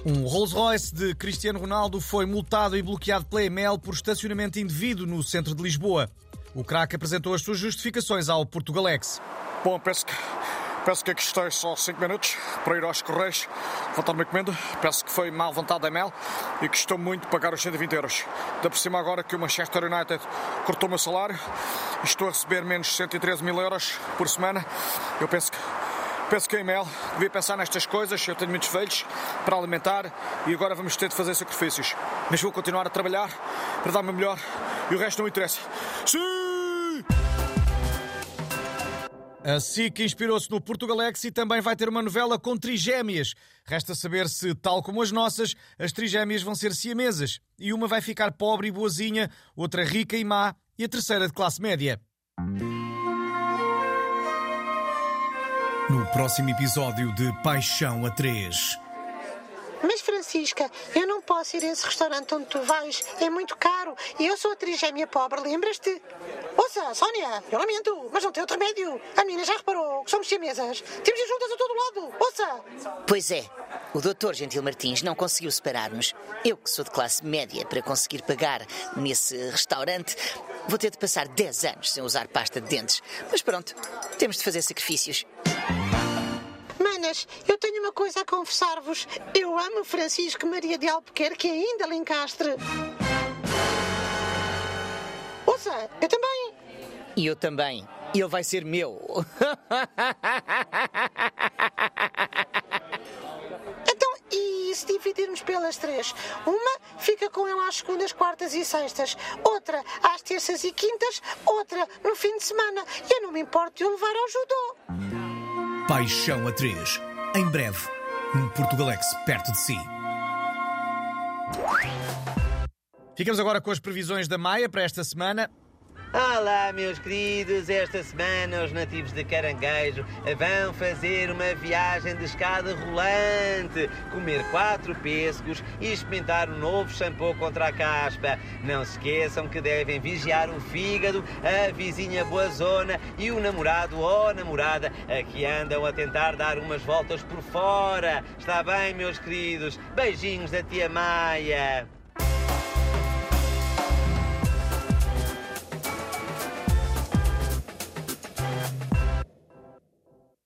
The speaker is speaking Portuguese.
Um Rolls-Royce de Cristiano Ronaldo foi multado e bloqueado pela EML por estacionamento indevido no centro de Lisboa. O craque apresentou as suas justificações ao Portugalex. Bom, penso que aqui estou só 5 minutos para ir aos Correios levantar uma encomenda. Penso que foi má vontade da EML e que estou muito pagar os 120 euros. Da por cima agora que o Manchester United cortou o meu salário e estou a receber menos 113 mil euros por semana. Eu penso que a EML devia pensar nestas coisas. Eu tenho muitos filhos para alimentar e agora vamos ter de fazer sacrifícios. Mas vou continuar a trabalhar para dar o meu melhor e o resto não interessa. Sim! A SIC inspirou-se no Portugalex e também vai ter uma novela com trigémeas. Resta saber se, tal como as nossas, as trigémeas vão ser siamesas. E uma vai ficar pobre e boazinha, outra rica e má e a terceira de classe média. No próximo episódio de Paixão a 3. Mas Francisca, eu não posso ir a esse restaurante onde tu vais. É muito caro. E eu sou a trigémea pobre, lembras-te? Ouça, Sónia, eu lamento, mas não tem outro remédio. A menina já reparou que somos siamesas. Temos de ir juntas a todo lado. Ouça! Pois é. O Dr. Gentil Martins não conseguiu separar-nos. Eu, que sou de classe média, para conseguir pagar nesse restaurante, vou ter de passar 10 anos sem usar pasta de dentes. Mas pronto, temos de fazer sacrifícios. Manas, eu tenho uma coisa a confessar-vos. Eu amo Francisco Maria de Albuquerque ainda Lencastre. Ouça, eu também. E eu também. E ele vai ser meu. Então, e se dividirmos pelas 3? Uma fica com ele às segundas, quartas e sextas. Outra às terças e quintas. Outra no fim de semana. Eu não me importo de o levar ao judô. Paixão a 3. Em breve, no Portugalex perto de si. Ficamos agora com as previsões da Maia para esta semana. Olá, meus queridos. Esta semana os nativos de Caranguejo vão fazer uma viagem de escada rolante, comer 4 pêssegos e experimentar um novo shampoo contra a caspa. Não se esqueçam que devem vigiar o fígado, a vizinha boazona e o namorado ou namorada a que andam a tentar dar umas voltas por fora. Está bem, meus queridos? Beijinhos da tia Maia.